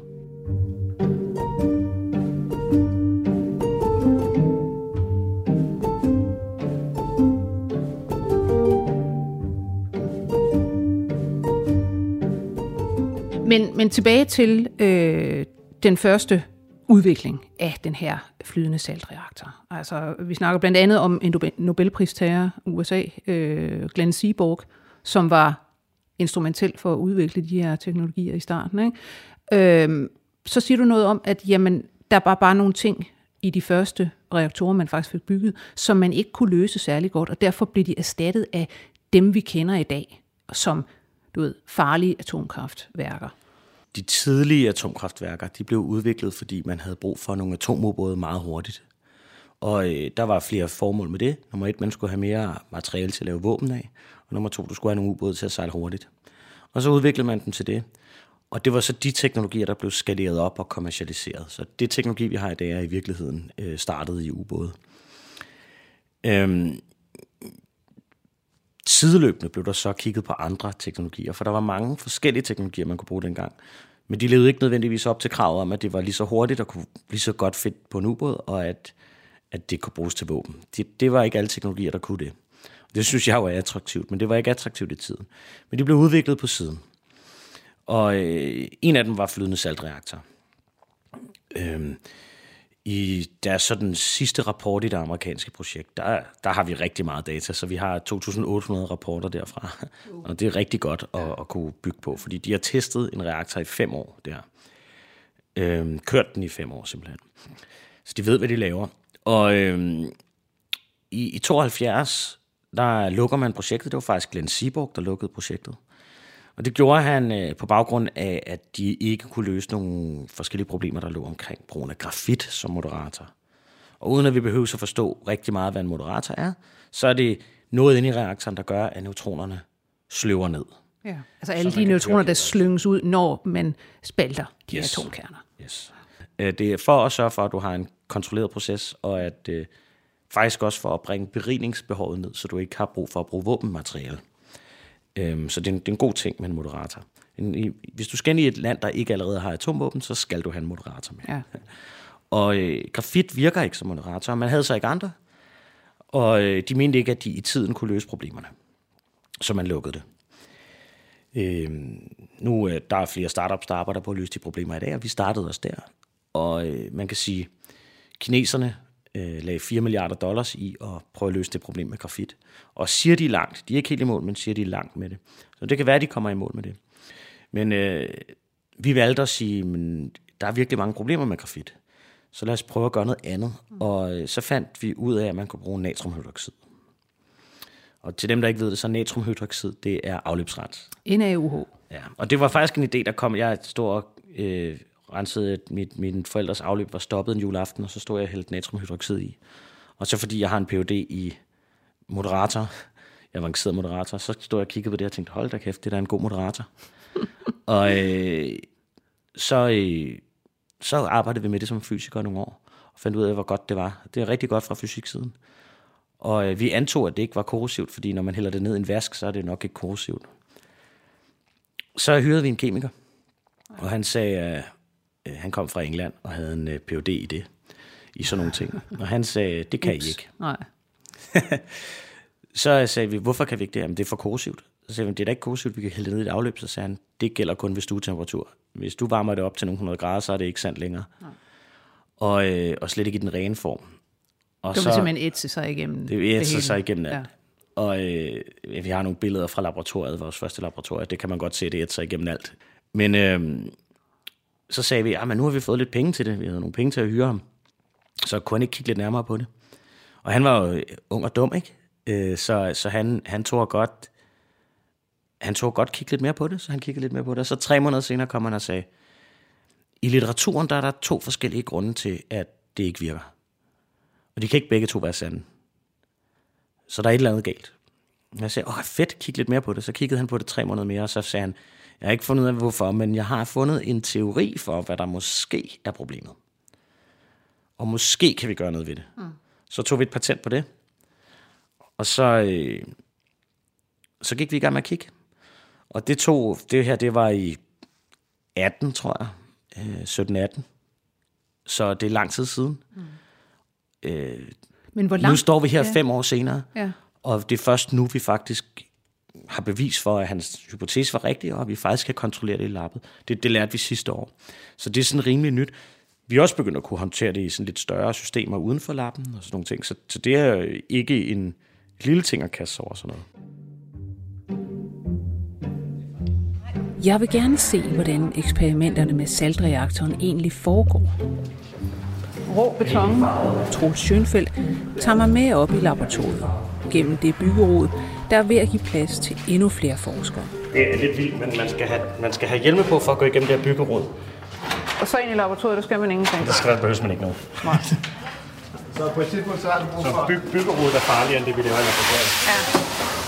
Men tilbage til den første udvikling af den her flydende saltreaktor. Altså, vi snakker blandt andet om en Nobelpristager USA, Glenn Seaborg, som var instrumentel for at udvikle de her teknologier i starten. Ikke? Så siger du noget om, at jamen, der var bare nogle ting i de første reaktorer, man faktisk fik bygget, som man ikke kunne løse særlig godt, og derfor blev de erstattet af dem, vi kender i dag, som farlige atomkraftværker. De tidlige atomkraftværker, de blev udviklet, fordi man havde brug for nogle atomubåde meget hurtigt. Og der var flere formål med det. Nummer 1, man skulle have mere materiale til at lave våben af. Og nummer 2, du skulle have nogle ubåde til at sejle hurtigt. Og så udviklede man dem til det. Og det var så de teknologier, der blev skaleret op og kommercialiseret. Så det teknologi, vi har i dag, er i virkeligheden startet i ubåde. Sideløbende blev der så kigget på andre teknologier, for der var mange forskellige teknologier, man kunne bruge dengang. Men de levede ikke nødvendigvis op til kravet om, at det var lige så hurtigt og kunne lige så godt fedt på en ubåd, og at det kunne bruges til våben. Det var ikke alle teknologier, der kunne det. Det synes jeg jo er attraktivt, men det var ikke attraktivt i tiden. Men de blev udviklet på siden. Og en af dem var flydende saltreaktor. I deres sådan sidste rapport i det amerikanske projekt, der har vi rigtig meget data, så vi har 2.800 rapporter derfra. Og det er rigtig godt at kunne bygge på, fordi de har testet en reaktor i 5 år der. Kørt den i 5 år simpelthen. Så de ved, hvad de laver. Og i 72, der lukker man projektet. Det var faktisk Glenn Seaborg, der lukkede projektet. Og det gjorde han på baggrund af, at de ikke kunne løse nogle forskellige problemer, der lå omkring brugen af grafit som moderator. Og uden at vi behøver at forstå rigtig meget, hvad en moderator er, så er det noget inde i reaktoren, der gør, at neutronerne sløver ned. Ja, altså alle de neutroner, der slynges ud, når man spalter de atomkerner. Yes. Det er for at sørge for, at du har en kontrolleret proces, og at faktisk også for at bringe berigningsbehovet ned, så du ikke har brug for at bruge våbenmateriale. Så det er en god ting med en moderator. Hvis du skal ind i et land, der ikke allerede har atomvåben, så skal du have en moderator med. Ja. Og grafit virker ikke som moderator. Man havde så ikke andre, og de mente ikke, at de i tiden kunne løse problemerne. Så man lukkede det. Nu der er flere startups, der arbejder på at løse de problemer i dag, og vi startede også der. Og man kan sige, kineserne lagde $4 milliarder i at prøve at løse det problem med grafit. Og siger de langt, de er ikke helt i mål, men siger de langt med det. Så det kan være, at de kommer i mål med det. Men vi valgte at sige, men der er virkelig mange problemer med grafit. Så lad os prøve at gøre noget andet. Og så fandt vi ud af, at man kunne bruge natriumhydroxid. Og til dem, der ikke ved det, så natriumhydroxid, det er afløbsrens. NaOH. Ja, og det var faktisk en idé, der kom. Jeg stod og rensede, mine forældres afløb var stoppet en juleaften, og så stod jeg og hældte natriumhydroxid i. Og så fordi jeg har en Ph.D. i moderator, avanceret moderator, så stod jeg og kiggede på det og tænkte, hold da kæft, det er da en god moderator. Og så arbejdede vi med det som fysikere nogle år, og fandt ud af, hvor godt det var. Det er rigtig godt fra fysiksiden. Og vi antog, at det ikke var korrosivt, fordi når man hælder det ned i en vask, så er det nok ikke korrosivt. Så hyrede vi en kemiker, og han sagde, han kom fra England og havde en Ph.D. i det, i sådan nogle ting. Og han sagde, det kan I ikke. Nej. Så sagde vi, hvorfor kan vi ikke det? Jamen, det er for korrosivt. Så sagde vi, det er da ikke korrosivt, vi kan hælde det ned i et afløb. Så sagde han, det gælder kun ved stuetemperatur. Hvis du varmer det op til nogle 100 grader, så er det ikke sandt længere. Og slet ikke i den rene form. Og det vil simpelthen ætse sig igennem det ætser sig igennem alt. Ja. Og vi har nogle billeder fra laboratoriet, vores første laboratorium. Det kan man godt se, det ætser sig igennem alt. Men så sagde vi, men nu har vi fået lidt penge til det. Vi havde nogle penge til at hyre ham. Så kunne han ikke kigge lidt nærmere på det. Og han var jo ung og dum, ikke? Så han tog godt kigge lidt mere på det. Så han kiggede lidt mere på det. Og så 3 måneder senere kom han og sagde, i litteraturen der er der 2 forskellige grunde til, at det ikke virker. Og de kan ikke begge 2 være sande. Så der er et eller andet galt. Jeg sagde, fedt, kig lidt mere på det. Så kiggede han på det 3 måneder mere, og så sagde han, jeg har ikke fundet ud af, hvorfor, men jeg har fundet en teori for, hvad der måske er problemet. Og måske kan vi gøre noget ved det. Så tog vi et patent på det. Og så gik vi i gang med at kigge. Og det var i 18, tror jeg. 17-18. Så det er lang tid siden. Men hvor nu står vi her 5 år senere, ja. og det er først nu, vi faktisk har bevis for, at hans hypotese var rigtig, og at vi faktisk kan kontrollere det i labbet. Det lærte vi sidste år. Så det er sådan rimelig nyt. Vi er også begyndt at kunne håndtere det i sådan lidt større systemer uden for labben og sådan nogle ting. Så det er ikke en lille ting at kaste over sådan noget. Jeg vil gerne se, hvordan eksperimenterne med saltreaktoren egentlig foregår. Rå beton. Troels Schönfeldt tager mig med op i laboratoriet gennem det byggerod, der er ved at give plads til endnu flere forskere. Det er lidt vildt, men man skal have hjelme på for at gå igennem det her byggerod. Og så ind i laboratoriet, der skal man ingenting. Der behøves man ikke noget. Nej. Så på et tidspunkt så er det brug for... Så byggerodet er farligere end det, vi laver i laboratoriet. Ja.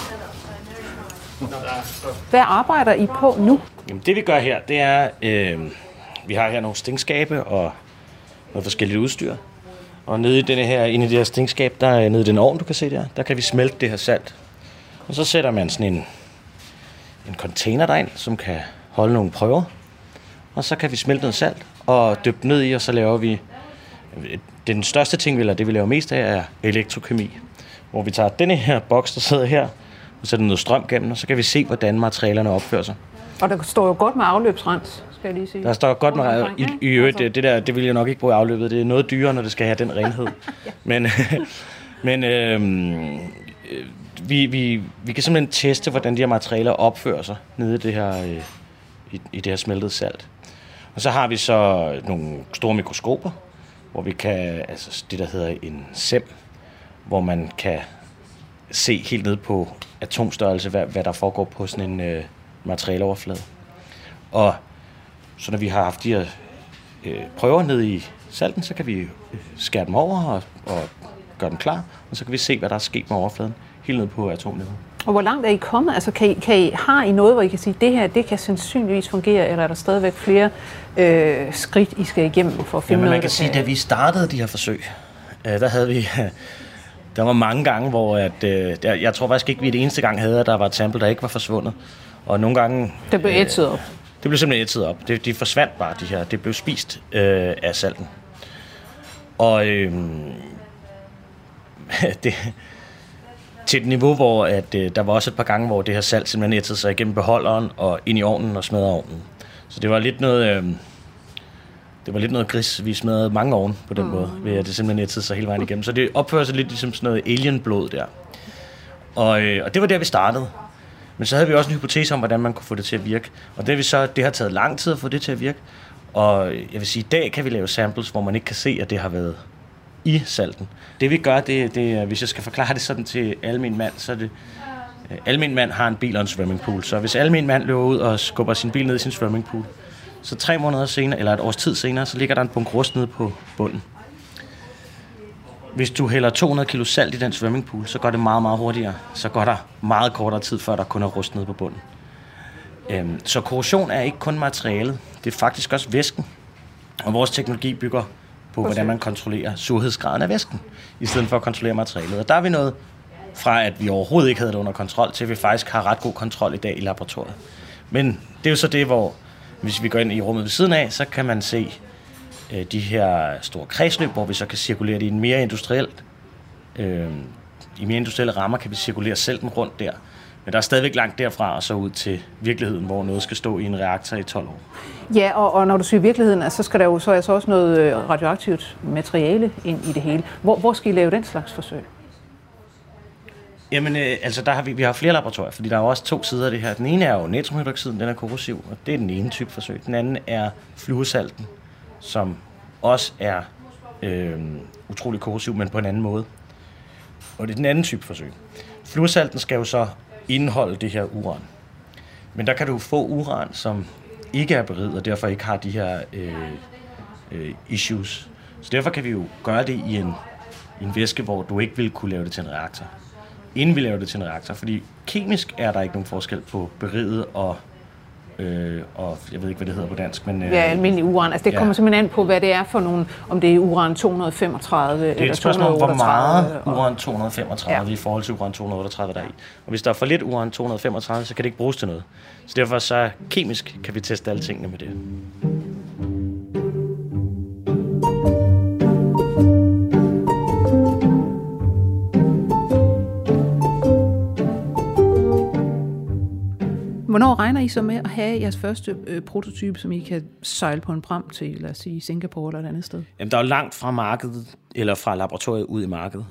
Hvad arbejder I på nu? Jamen, det vi gør her, det er, vi har her nogle stingskabe og noget forskelligt udstyr. Og nede i inde i det her stingskab, der er nede i den ovn, du kan se der kan vi smelte det her salt. Og så sætter man sådan en container derind, som kan holde nogle prøver. Og så kan vi smelte noget salt og dyppe ned i, og så laver vi... Den største ting, vi laver mest af, er elektrokemi. Hvor vi tager denne her boks, der sidder her, og sætter noget strøm gennem, og så kan vi se, hvordan materialerne opfører sig. Og der står jo godt med afløbsrens, skal jeg lige sige. Der står godt med... I øvrigt, det vil jeg nok ikke bruge i afløbet. Det er noget dyrere, når det skal have den renhed. Men vi kan simpelthen teste, hvordan de her materialer opfører sig nede i det her, i det her smeltede salt. Og så har vi så nogle store mikroskoper, hvor vi kan, altså det der hedder en SEM, hvor man kan se helt ned på atomstørrelse, hvad der foregår på sådan en materialeoverflade. Og så når vi har haft de her prøver ned i salten, så kan vi skære dem over og gøre dem klar, og så kan vi se, hvad der er sket med overfladen, helt ned på atomniveau. Og hvor langt er I kommet? Altså, har I noget, hvor I kan sige, det her, det kan sandsynligvis fungere, eller er der stadigvæk flere skridt, I skal igennem for at finde noget? Man kan sige, da vi startede de her forsøg, der havde vi... Der var mange gange, hvor jeg tror faktisk ikke, vi det eneste gang havde, at der var et sample, der ikke var forsvundet. Og nogle gange... Det blev ætset op. Det blev simpelthen ætset op. De forsvandt bare, de her. Det blev spist af salten. Og til et niveau, hvor der var også et par gange, hvor det her salt simpelthen ætsede sig igennem beholderen og ind i ovnen og smadrede ovnen. Så det var lidt noget... Det var lidt noget gris. Vi smadrede mange ovne på den måde, ved at det simpelthen ætsede sig hele vejen igennem. Så det opfører sig lidt ligesom sådan noget alien-blod der. Og det var der, vi startede. Men så havde vi også en hypotese om, hvordan man kunne få det til at virke. Og det har taget lang tid at få det til at virke. Og jeg vil sige, i dag kan vi lave samples, hvor man ikke kan se, at det har været i salten. Det vi gør, det er, hvis jeg skal forklare det sådan til almen mand, så er det... Almen mand har en bil og en swimmingpool. Så hvis almen mand løber ud og skubber sin bil ned i sin swimmingpool, så 3 måneder senere, eller et års tid senere, så ligger der en bunke rust nede på bunden. Hvis du hælder 200 kilo salt i den swimmingpool, så går det meget, meget hurtigere. Så går der meget kortere tid, før der kun er rust nede på bunden. Så korrosion er ikke kun materialet, det er faktisk også væsken. Og vores teknologi bygger på, hvordan man kontrollerer surhedsgraden af væsken, i stedet for at kontrollere materialet. Og der er vi nået fra, at vi overhovedet ikke havde det under kontrol, til at vi faktisk har ret god kontrol i dag i laboratoriet. Men det er jo så det, hvor hvis vi går ind i rummet ved siden af, så kan man se de her store kredsløb, hvor vi så kan cirkulere det i en mere industrielt. I mere industrielle rammer kan vi cirkulere salten rundt der. Men der er stadigvæk langt derfra og så ud til virkeligheden, hvor noget skal stå i en reaktor i 12 år. Ja, og når du siger virkeligheden, altså, så skal der jo så også noget radioaktivt materiale ind i det hele. Hvor skal I lave den slags forsøg? Jamen, altså vi har flere laboratorier, fordi der er jo også 2 sider af det her. Den ene er jo natriumhydroxiden, den er korrosiv, og det er den ene type forsøg. Den anden er fluorsalten, som også er utrolig korrosiv, men på en anden måde. Og det er den anden type forsøg. Fluorsalten skal jo så indeholde det her uran. Men der kan du få uran, som ikke er beriget, og derfor ikke har de her issues. Så derfor kan vi jo gøre det i en væske, hvor du ikke vil kunne lave det til en reaktor. Inden vi laver det til en reaktor, fordi kemisk er der ikke nogen forskel på beriget og jeg ved ikke, hvad det hedder på dansk, men... Ja, almindelig uran. Altså det kommer simpelthen an på, hvad det er for nogle, om det er uran 235 eller 238. Det er et spørgsmål om, hvor meget uran 235 i forhold til uran 238 der er i. Og hvis der er for lidt uran 235, så kan det ikke bruges til noget. Så derfor så kemisk kan vi teste alle tingene med det. Hvornår regner I så med at have jeres første prototype, som I kan sejle på en pram til, lad os sige Singapore eller et andet sted? Jamen, der er jo langt fra markedet, eller fra laboratoriet ud i markedet.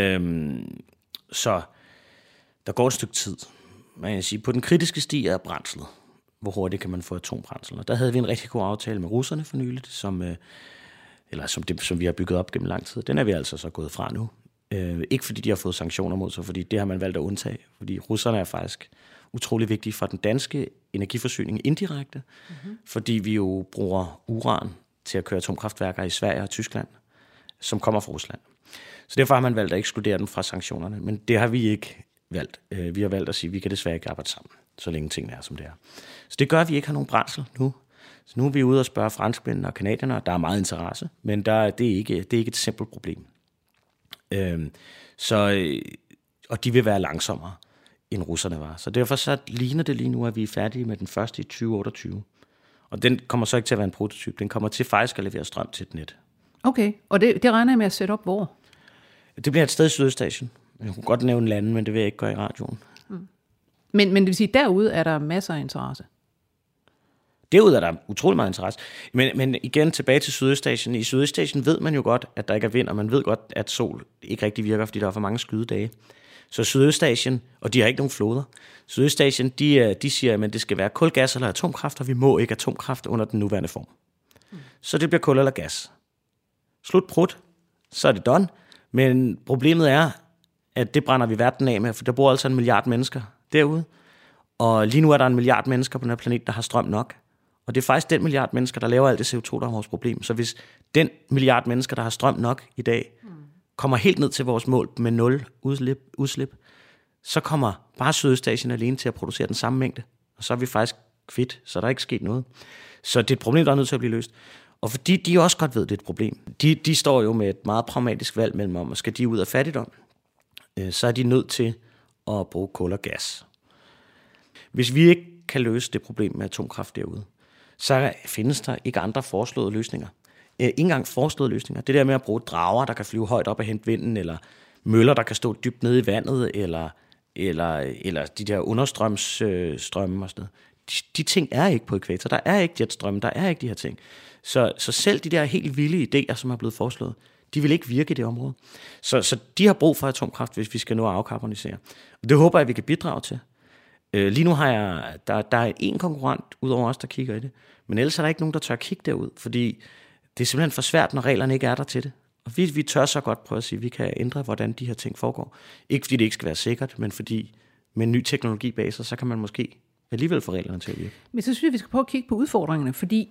Så der går et stykke tid. Man kan sige, på den kritiske sti er brændslet. Hvor hurtigt kan man få atombrændsel? Og der havde vi en rigtig god aftale med russerne for nyligt, som vi har bygget op gennem lang tid. Den er vi altså så gået fra nu. Ikke fordi de har fået sanktioner mod sig, fordi det har man valgt at undtage. Fordi russerne er faktisk utrolig vigtige for den danske energiforsyning indirekte, fordi vi jo bruger uran til at køre atomkraftværker i Sverige og Tyskland, som kommer fra Rusland. Så derfor har man valgt at ekskludere dem fra sanktionerne, men det har vi ikke valgt. Vi har valgt at sige, at vi kan desværre ikke arbejde sammen, så længe tingene er, som det er. Så det gør, at vi ikke har nogen brændsel nu. Så nu er vi ude og spørge franskmændene og canadierne, og der er meget interesse, men det er ikke et simpelt problem. Og de vil være langsommere, end russerne var. Så derfor så ligner det lige nu, at vi er færdige med den første i 2028. Og den kommer så ikke til at være en prototyp. Den kommer til faktisk at levere strøm til et net. Okay, og det regner jeg med at sætte op hvor? Det bliver et sted i Sydøstasien. Jeg kunne godt nævne landet, men det vil jeg ikke gøre i radioen. Men det vil sige, derude er der masser af interesse? Derude er der utrolig meget interesse. Men igen tilbage til Sydøstasien. I Sydøstasien ved man jo godt, at der ikke er vind, og man ved godt, at sol ikke rigtig virker, fordi der er for mange skydedage. Så Sydøstasien, og de har ikke nogen floder, Sydøstasien, de siger, at det skal være kul, gas eller atomkraft, og vi må ikke atomkraft under den nuværende form. Så det bliver kul eller gas. Slut prut, så er det done. Men problemet er, at det brænder vi verden af med, for der bor altså 1 milliard mennesker derude. Og lige nu er der 1 milliard mennesker på den her planet, der har strøm nok. Og det er faktisk den milliard mennesker, der laver alt det CO2, der er vores problem. Så hvis den milliard mennesker, der har strøm nok i dag, kommer helt ned til vores mål med 0 udslip, så kommer bare Sydøstasien alene til at producere den samme mængde. Og så er vi faktisk kvitt, så der er ikke sket noget. Så det er et problem, der er nødt til at blive løst. Og fordi de også godt ved, det er et problem. De står jo med et meget pragmatisk valg mellem om, skal de ud af fattigdom, så er de nødt til at bruge kul og gas. Hvis vi ikke kan løse det problem med atomkraft derude, så findes der ikke andre foreslåede løsninger. Ikke engang foreslåede løsninger. Det der med at bruge drager, der kan flyve højt op og hente vinden, eller møller, der kan stå dybt nede i vandet, eller de der understrømsstrømme og sådan noget. De ting er ikke på ækvator. Der er ikke jetstrømme, der er ikke de her ting. Så selv de der helt vilde idéer, som er blevet foreslået, de vil ikke virke i det område. Så de har brug for atomkraft, hvis vi skal nå at afkarbonisere. Og det håber jeg, vi kan bidrage til. Lige nu har der er en konkurrent ud over os, der kigger i det. Men ellers er der ikke nogen, der tør kigge derud, fordi det er simpelthen for svært, når reglerne ikke er der til det. Og vi tør så godt prøve at sige, at vi kan ændre, hvordan de her ting foregår. Ikke fordi det ikke skal være sikkert, men fordi med en ny teknologi bag sig, så kan man måske alligevel få reglerne til at virke. Men så synes jeg, vi skal prøve at kigge på udfordringerne, fordi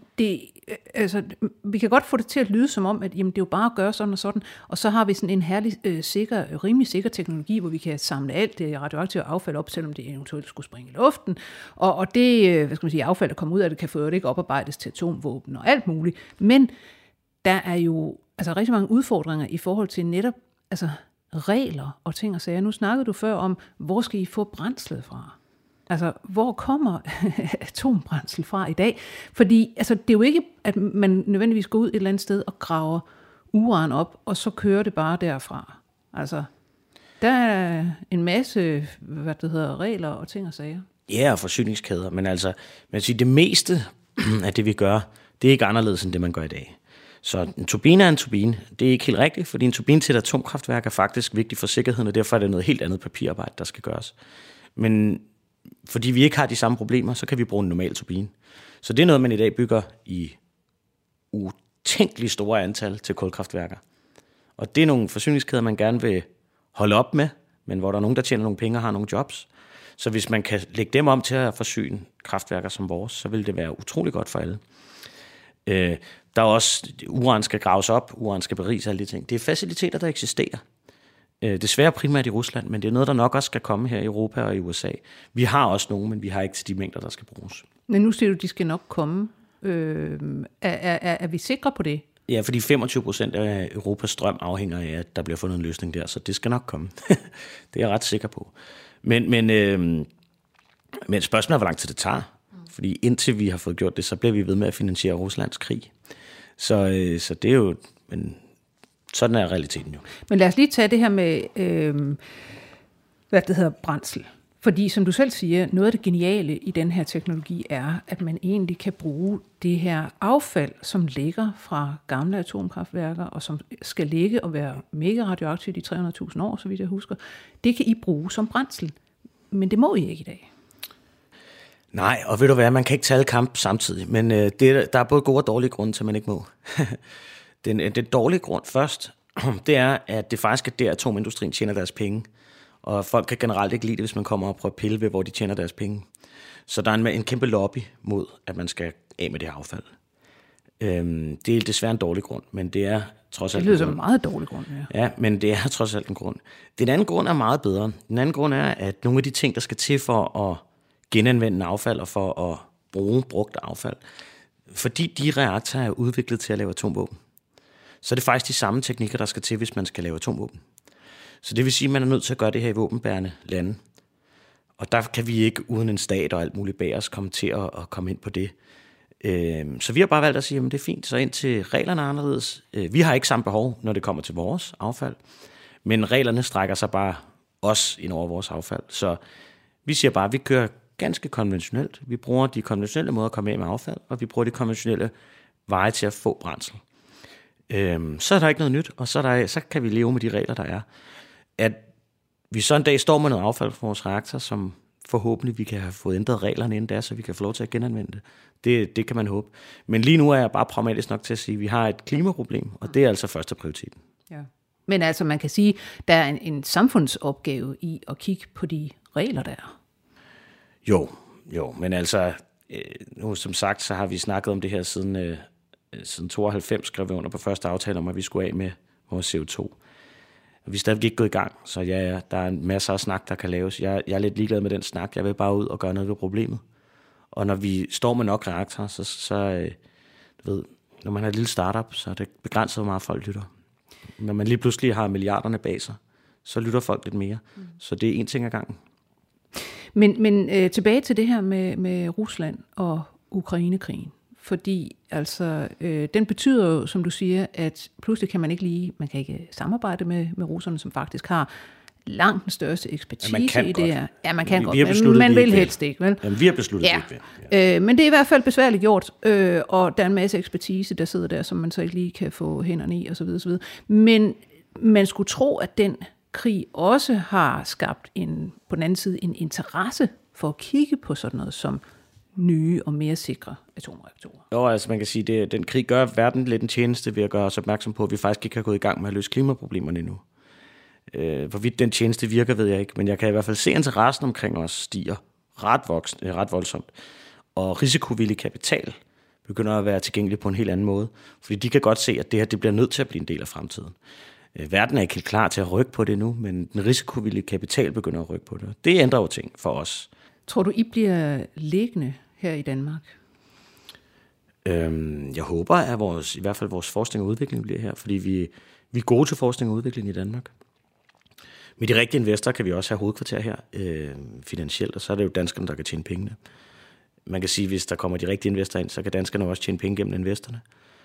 vi kan godt få det til at lyde som om, at jamen, det er jo bare at gøre sådan og sådan, og så har vi sådan en herlig, rimelig sikker teknologi, hvor vi kan samle alt det radioaktive affald op, selvom det eventuelt skulle springe i luften, og det affald, der kommer ud af det, kan for øvrigt ikke oparbejdes til atomvåben og alt muligt. Men der er jo rigtig mange udfordringer i forhold til netop regler og ting og sager. Nu snakkede du før om, hvor skal I få brændslet fra? Hvor kommer atombrændsel fra i dag? Fordi det er jo ikke, at man nødvendigvis går ud et eller andet sted og graver uran op, og så kører det bare derfra. Der er en masse, regler og ting og sager. Ja, og forsyningskæder, men man siger, det meste af det, vi gør, det er ikke anderledes end det, man gør i dag. Så en turbine er en turbine. Det er ikke helt rigtigt, fordi en turbine til et atomkraftværk er faktisk vigtig for sikkerheden, og derfor er det noget helt andet papirarbejde, der skal gøres. Men fordi vi ikke har de samme problemer, så kan vi bruge en normal turbine. Så det er noget, man i dag bygger i utænkeligt store antal til kulkraftværker. Og det er nogle forsyningskæder, man gerne vil holde op med, men hvor der er nogen, der tjener nogle penge og har nogle jobs. Så hvis man kan lægge dem om til at forsyne kraftværker som vores, så vil det være utrolig godt for alle. Der er også, uran skal graves op, uran skal beriges, alle de ting. Det er faciliteter, der eksisterer. Desværre primært i Rusland, men det er noget, der nok også skal komme her i Europa og i USA. Vi har også nogle, men vi har ikke til de mængder, der skal bruges. Men nu siger du, de skal nok komme. Er vi sikre på det? Ja, fordi 25% af Europas strøm afhænger af, at der bliver fundet en løsning der, så det skal nok komme. Det er jeg ret sikker på. Men spørgsmålet er, hvor lang tid det tager. Fordi indtil vi har fået gjort det, så bliver vi ved med at finansiere Ruslands krig. Så det er jo... Men sådan er realiteten jo. Men lad os lige tage det her med, brændsel. Fordi som du selv siger, noget af det geniale i den her teknologi er, at man egentlig kan bruge det her affald, som ligger fra gamle atomkraftværker, og som skal ligge og være mega radioaktivt i 300.000 år, så vidt jeg husker. Det kan I bruge som brændsel, men det må I ikke i dag. Nej, og ved du hvad, man kan ikke tage alle kamp samtidig, men der er både gode og dårlige grunde til, at man ikke må. Den dårlige grund først, det er, at det faktisk er der, atomindustrien tjener deres penge. Og folk kan generelt ikke lide det, hvis man kommer og prøver at pille ved, hvor de tjener deres penge. Så der er en kæmpe lobby mod, at man skal af med det her affald. Det er desværre en dårlig grund, men det er trods alt det lyder som en meget dårlig grund, ja. Ja, men det er trods alt en grund. Den anden grund er meget bedre. Den anden grund er, at nogle af de ting, der skal til for at genanvende affald og for at bruge brugt affald, fordi de reaktorer er udviklet til at lave atomvåben, så er det faktisk de samme teknikker, der skal til, hvis man skal lave atomvåben. Så det vil sige, at man er nødt til at gøre det her i våbenbærende lande. Og der kan vi ikke uden en stat og alt muligt bag os komme til at komme ind på det. Så vi har bare valgt at sige, at det er fint, så indtil reglerne er anderledes. Vi har ikke samme behov, når det kommer til vores affald, men reglerne strækker sig bare også ind over vores affald. Så vi siger bare, at vi kører ganske konventionelt. Vi bruger de konventionelle måder at komme af med affald, og vi bruger de konventionelle veje til at få brændsel. Så er der ikke noget nyt, og så kan vi leve med de regler, der er. At vi så en dag står med noget affald fra vores reaktor, som forhåbentlig vi kan have fået ændret reglerne inden der, så vi kan få lov til at genanvende det. Det kan man håbe. Men lige nu er jeg bare pragmatisk nok til at sige, at vi har et klimaproblem, og det er altså første prioriteten. Ja. Men altså man kan sige, der er en samfundsopgave i at kigge på de regler, der er. Jo, men altså, nu som sagt, så har vi snakket om det her siden 92, skrev vi under på første aftale om, at vi skulle af med vores CO2. Vi er stadig ikke gået i gang, så ja, der er masser af snak, der kan laves. Jeg er lidt ligeglad med den snak. Jeg vil bare ud og gøre noget ved problemet. Og når vi står med nok reaktorer, så du ved, når man har et lille startup, så er det begrænset, hvor meget folk lytter. Når man lige pludselig har milliarderne bag sig, så lytter folk lidt mere. Så det er en ting ad gangen. Men tilbage til det her med Rusland og Ukrainekrigen. Fordi altså, den betyder jo, som du siger, at pludselig kan man ikke samarbejde med russerne, som faktisk har langt den største ekspertise i det her. Ja, man kan godt, men man vil helst ikke, vel? Jamen, vi har besluttet det ikke. Ja. Men det er i hvert fald besværligt gjort, og der er en masse ekspertise, der sidder der, som man så ikke lige kan få hænderne i, osv. osv. Men man skulle tro, at den krig også har skabt på den anden side en interesse for at kigge på sådan noget som nye og mere sikre atomreaktorer. Jo, altså man kan sige, at den krig gør verden lidt en tjeneste ved at gøre os opmærksom på, at vi faktisk ikke har gået i gang med at løse klimaproblemerne endnu. Hvorvidt den tjeneste virker, ved jeg ikke, men jeg kan i hvert fald se, at interessen omkring os stiger ret voldsomt. Og risikovillig kapital begynder at være tilgængelig på en helt anden måde, fordi de kan godt se, at det her det bliver nødt til at blive en del af fremtiden. Verden er ikke helt klar til at rykke på det nu, men den risikovillige kapital begynder at rykke på det. Det ændrer jo ting for os. Tror du, I bliver liggende her i Danmark? Jeg håber, at i hvert fald vores forskning og udvikling bliver her, fordi vi er gode til forskning og udvikling i Danmark. Med de rigtige investorer kan vi også have hovedkvarter her finansielt, og så er det jo danskerne, der kan tjene pengene. Man kan sige, at hvis der kommer de rigtige investorer ind, så kan danskerne også tjene penge gennem investorerne.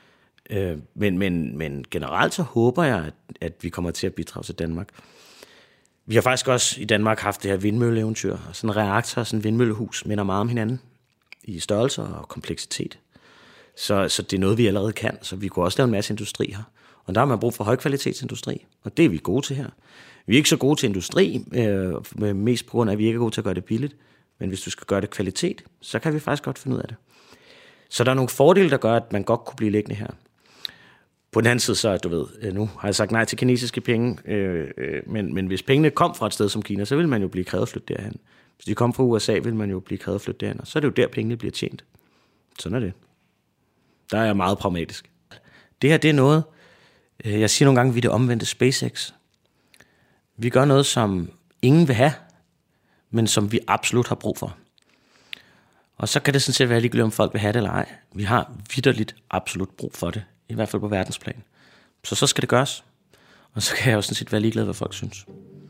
Men generelt så håber jeg, at vi kommer til at bidrage til Danmark. Vi har faktisk også i Danmark haft det her vindmølleeventyr. Sådan en reaktor og sådan en vindmøllehus minder meget om hinanden i størrelse og kompleksitet. Så det er noget, vi allerede kan. Så vi kunne også lave en masse industri her. Og der har man brug for højkvalitetsindustri, og det er vi gode til her. Vi er ikke så gode til industri, mest på grund af, at vi ikke er gode til at gøre det billigt. Men hvis du skal gøre det kvalitet, så kan vi faktisk godt finde ud af det. Så der er nogle fordele, der gør, at man godt kunne blive liggende her. På den anden side, så du ved, nu har jeg sagt nej til kinesiske penge, men hvis pengene kom fra et sted som Kina, så vil man jo blive krævet at flytte derhen. Hvis de kom fra USA, vil man jo blive krævet at flytte derhen, og så er det jo der, pengene bliver tjent. Sådan er det. Der er jeg meget pragmatisk. Det her, det er noget, jeg siger nogle gange, vi er det omvendte SpaceX. Vi gør noget, som ingen vil have, men som vi absolut har brug for. Og så kan det sådan set være ligegyldigt, om folk vil have det eller ej. Vi har vitterligt absolut brug for det, i hvert fald på verdensplan. Så skal det gøres. Og så kan jeg jo sådan set være ligeglad, hvad folk synes.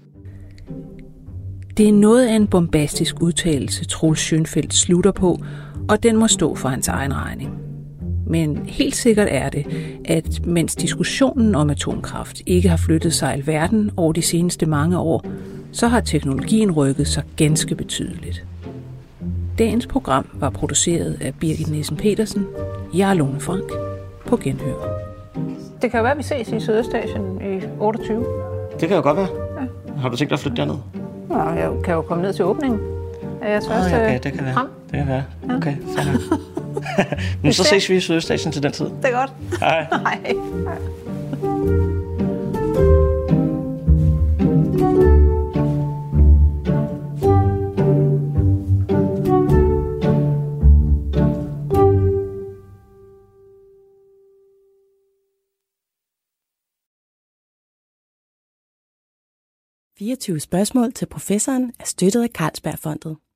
Det er noget af en bombastisk udtalelse, Troels Schönfeldt slutter på, og den må stå for hans egen regning. Men helt sikkert er det, at mens diskussionen om atomkraft ikke har flyttet sig i verden over de seneste mange år, så har teknologien rykket sig ganske betydeligt. Dagens program var produceret af Birgit Nielsen-Petersen. Jeg er Lone Frank. På genhør. Det kan jo være, at vi ses i Sydøstasien i 28. Det kan jo godt være. Ja. Har du tænkt dig at flytte derned? Nå, jeg kan jo komme ned til åbningen af jeres første okay, det kan være. program. Det kan være. Okay, fair. Men så ses vi i Sydøstasien til den tid. Det er godt. Hej. Hej. 24 spørgsmål til professoren er støttet af Carlsbergfondet.